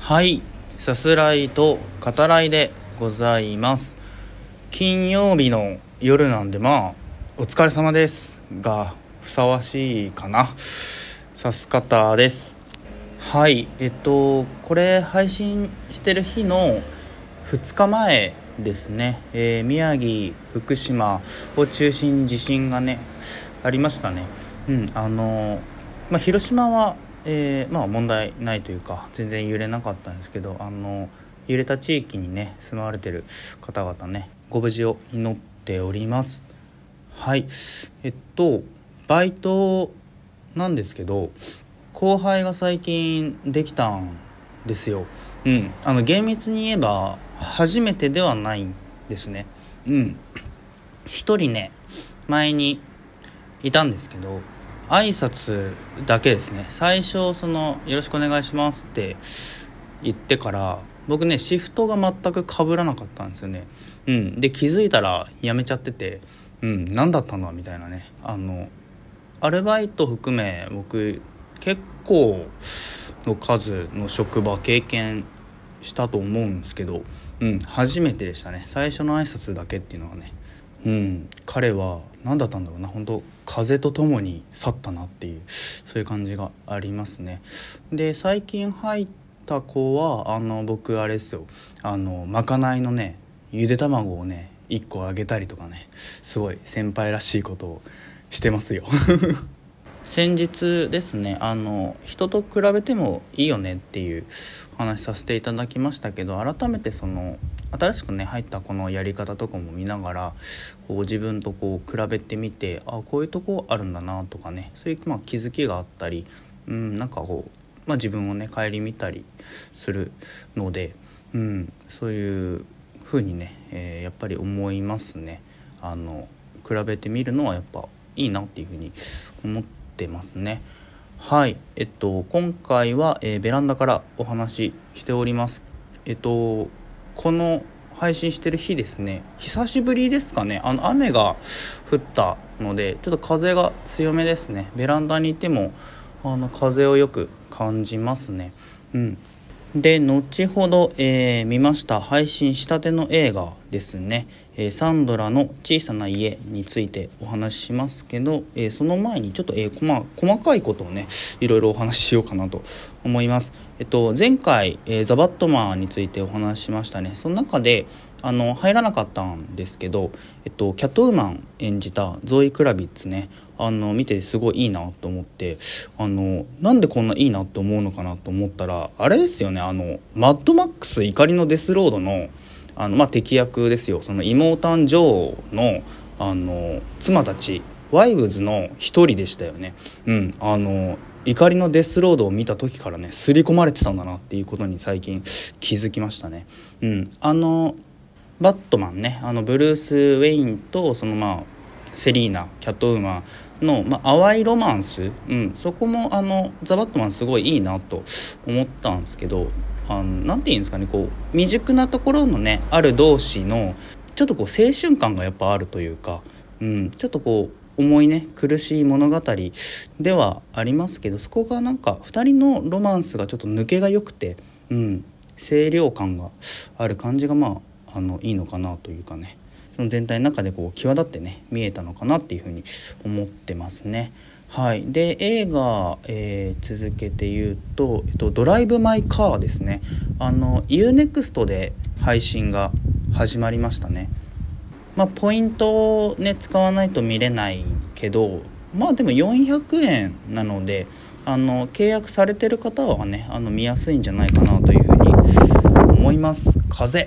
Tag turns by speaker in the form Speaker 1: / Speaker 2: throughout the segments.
Speaker 1: はい、さすらいと語らいでございます。金曜日の夜なんでお疲れ様ですがふさわしいかな。さす方です。はい、これ配信してる日の2日前ですね、宮城福島を中心に地震がねありましたね。広島は問題ないというか全然揺れなかったんですけど、揺れた地域にね住まわれてる方々ねご無事を祈っております。はい、バイトなんですけど後輩が最近できたんですよ。厳密に言えば初めてではないんですね。一人ね前にいたんですけど挨拶だけですね。最初よろしくお願いしますって言ってから僕ねシフトが全く被らなかったんですよね。で気づいたら辞めちゃってて何だったんだみたいなね。アルバイト含め僕結構の数の職場経験したと思うんですけど初めてでしたね。最初の挨拶だけっていうのはね彼は何だったんだろうな。本当風とともに去ったなっていうそういう感じがありますね。で最近入った子は僕あれですよ、まかないのねゆで卵をね1個あげたりとかねすごい先輩らしいことをしてますよ先日ですね人と比べてもいいよねっていう話させていただきましたけど、改めて新しくね入ったこのやり方とかも見ながら自分と比べてみてこういうとこあるんだなとかね、そういう気づきがあったり自分をね顧みたりするのでそういう風にね、やっぱり思いますね。比べてみるのはやっぱいいなっていう風に思ってますね。はい、今回は、ベランダからお話ししております。この配信してる日ですね、久しぶりですかね、雨が降ったのでちょっと風が強めですね。ベランダにいても風をよく感じますね。で後ほど、見ました配信したての映画ですね、サンドラの小さな家についてお話ししますけど、その前にちょっと、細かいことをねいろいろお話ししようかなと思います。前回、ザ・バットマンについてお話ししましたね。その中で入らなかったんですけど、キャットウーマン演じたゾイ・クラビッツね見てすごいいいなと思ってなんでこんないいなって思うのかなと思ったらあれですよね。マッドマックス怒りのデスロードの敵役ですよ。その妹女王の妻たちワイブズの一人でしたよね。怒りのデスロードを見た時からね刷り込まれてたんだなっていうことに最近気づきましたね。バットマンねブルース・ウェインとセリーナキャットウーマンの、淡いロマンス、そこもザ・バットマンすごいいいなと思ったんですけどなんていうんですかね未熟なところのねある同士のちょっと青春感がやっぱあるというか、ちょっと重いね苦しい物語ではありますけど、そこが2人のロマンスがちょっと抜けが良くて清涼感がある感じがいいのかなというかね、その全体の中で際立ってね見えたのかなっていうふうに思ってますね。はい、で映画、続けて言うと、ドライブ・マイ・カーですね。UNEXT で配信が始まりましたね。ポイントをね使わないと見れないけどでも400円なので契約されてる方はね見やすいんじゃないかなというふうに思います。風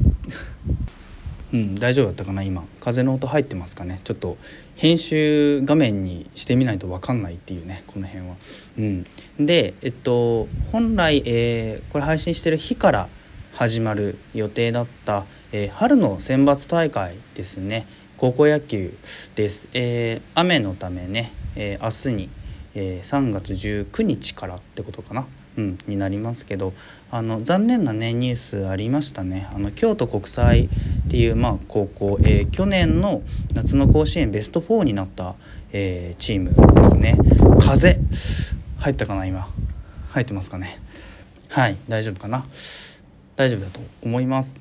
Speaker 1: 大丈夫だったかな。今風の音入ってますかね。ちょっと編集画面にしてみないと分かんないっていうねこの辺は。で本来、これ配信してる日から始まる予定だった、春の選抜大会ですね。高校野球です。雨のためね、明日に、3月19日からってことかなになりますけど残念なねニュースありましたね。京都国際っていう高校、去年の夏の甲子園ベスト4になった、チームですね。風入ったかな。今入ってますかね。 はい、大丈夫かな。大丈夫だと思います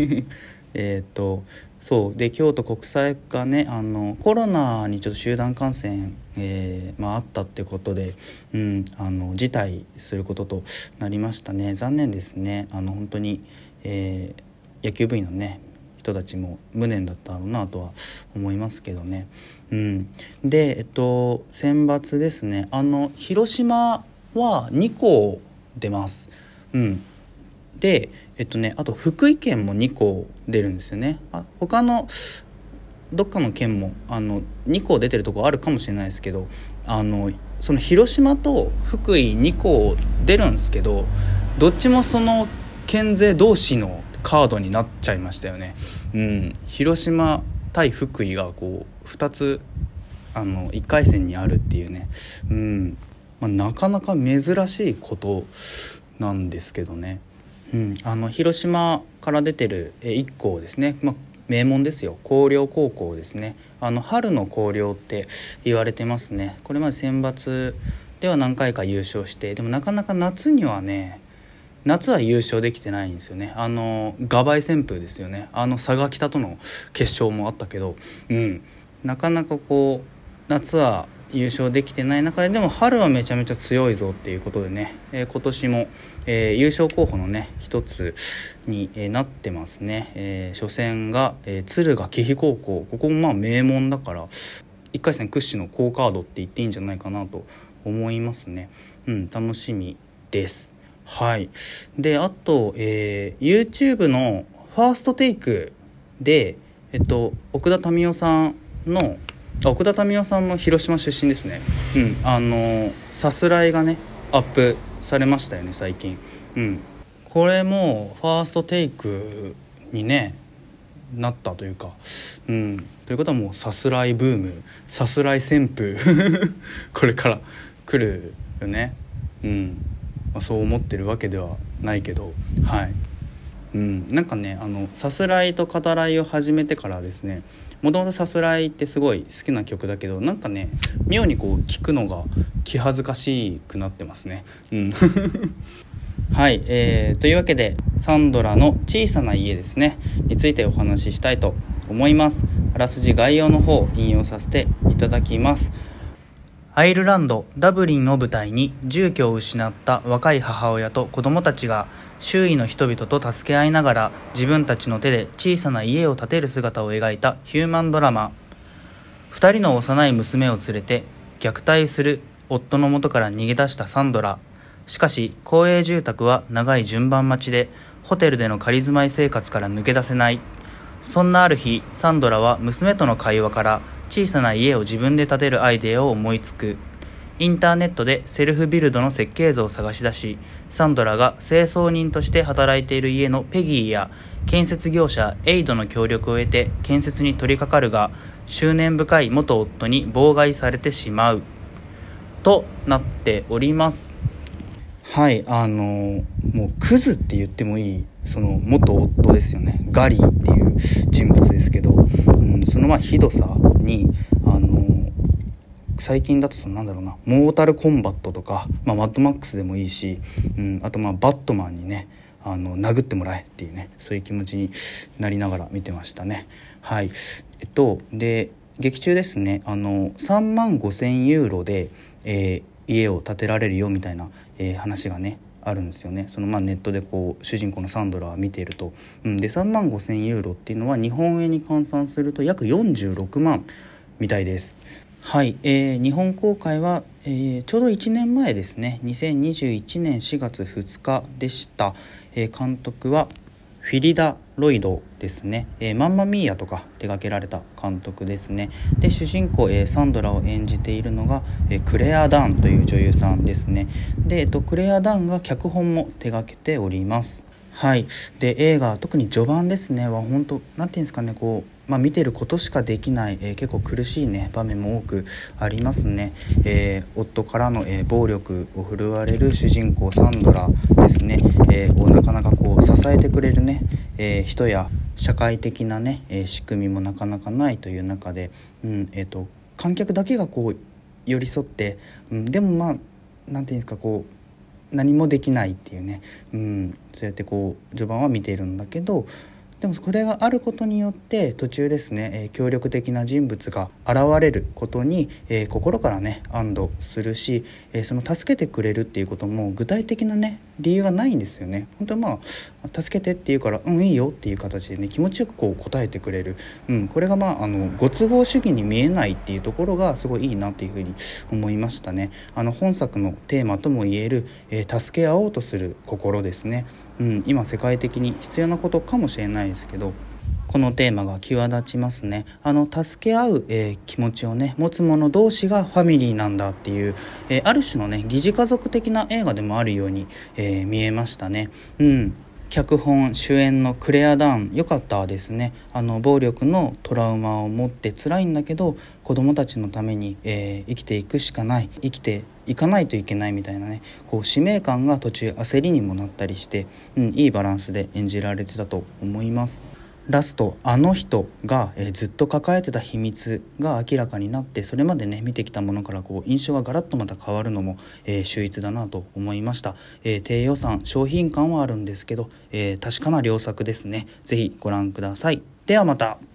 Speaker 1: そうで、京都国際がね、コロナにちょっと集団感染、あったってことで、辞退することとなりましたね。残念ですね。本当に、野球部員のね人たちも無念だったろうなとは思いますけどね。で、選抜ですね。広島は2校出ます。で、あと福井県も2校出るんですよね。他のどっかの県も2校出てるとこあるかもしれないですけど、その広島と福井2校出るんですけど、どっちもその県勢同士のカードになっちゃいましたよね。広島対福井がこう2つ1回戦にあるっていうね、なかなか珍しいことなんですけどね。広島から出てる1校ですね、名門ですよ、広陵高校ですね。春の広陵って言われてますね。これまで選抜では何回か優勝して、でもなかなか夏は優勝できてないんですよね。ガバイ旋風ですよね。佐賀北との決勝もあったけど、なかなかこう夏は優勝できてない中でも春はめちゃめちゃ強いぞっていうことでね、今年も、優勝候補のね一つに、なってますね。初戦が、敦賀気比高校。ここも名門だから1回戦屈指の好カードって言っていいんじゃないかなと思いますね。楽しみです。はい。で、あと、YouTube のファーストテイクで、奥田民生さんも広島出身ですね。さすらいがねアップされましたよね最近。これもファーストテイクにねなったというか、ということはもうさすらいブーム、さすらい旋風これから来るよね。そう思ってるわけではないけど、なんかねさすらいと語らいを始めてからですね、もともとさすらいってすごい好きな曲だけど、なんかね妙にこう聴くのが気恥ずかしくなってますね。はい、というわけでサンドラの小さな家ですねについてお話ししたいと思います。あらすじ概要の方引用させていただきます。アイルランド・ダブリンを舞台に住居を失った若い母親と子供たちが周囲の人々と助け合いながら自分たちの手で小さな家を建てる姿を描いたヒューマンドラマ。2人の幼い娘を連れて虐待する夫の元から逃げ出したサンドラ。しかし公営住宅は長い順番待ちでホテルでの仮住まい生活から抜け出せない。そんなある日、サンドラは娘との会話から小さな家を自分で建てるアイデアを思いつく。インターネットでセルフビルドの設計図を探し出し、サンドラが清掃人として働いている家のペギーや建設業者エイドの協力を得て建設に取り掛かるが、執念深い元夫に妨害されてしまうとなっております。はい、もうクズって言ってもいいその元夫ですよね。ガリーっていう人物ですけど、そのひどさに最近だとモータルコンバットとか、マッドマックスでもいいし、あとバットマンにね殴ってもらえっていうね、そういう気持ちになりながら見てましたね。はい。で劇中ですね35,000ユーロで、家を建てられるよみたいな、話がねあるんですよね。そのネットでこう主人公のサンドラは見ていると、で35,000ユーロっていうのは日本円に換算すると約46万みたいです。はい、日本公開は、ちょうど1年前ですね。2021年4月2日でした。監督はフィリダ・ロイドですね。マンマミーヤとか手掛けられた監督ですね。で主人公、サンドラを演じているのが、クレア・ダンという女優さんですね。で、クレア・ダンが脚本も手掛けております。はい。で映画特に序盤ですねは本当なんていうんですかね、見てることしかできない、結構苦しいね場面も多くありますね。夫からの、暴力を振るわれる主人公サンドラですね、をなかなか支えてくれるね、人や社会的なね、仕組みもなかなかないという中で、観客だけが寄り添って、でもなんていうんですか何もできないっていうね、そうやって序盤は見ているんだけど、でもこれがあることによって途中ですね、協力的な人物が現れることに、心からね安堵するし、その助けてくれるっていうことも具体的なね理由がないんですよね。本当は助けてって言うからいいよっていう形でね気持ちよく答えてくれる、これがご都合主義に見えないっていうところがすごいいいなっていうふうに思いましたね。本作のテーマとも言える、助け合おうとする心ですね。今世界的に必要なことかもしれないですけど、このテーマが際立ちますね。助け合う、気持ちをね持つ者同士がファミリーなんだっていう、ある種のね疑似家族的な映画でもあるように、見えましたね。脚本主演のクレア・ダーン良かったですね。暴力のトラウマを持って辛いんだけど子供たちのために、生きていくしかない、生きていかないといけないみたいなね使命感が途中焦りにもなったりして、いいバランスで演じられてたと思います。ラストあの人が、ずっと抱えてた秘密が明らかになって、それまでね見てきたものから印象がガラッとまた変わるのも、秀逸だなと思いました。低予算商品感はあるんですけど、確かな良作ですね。ぜひご覧ください。ではまた。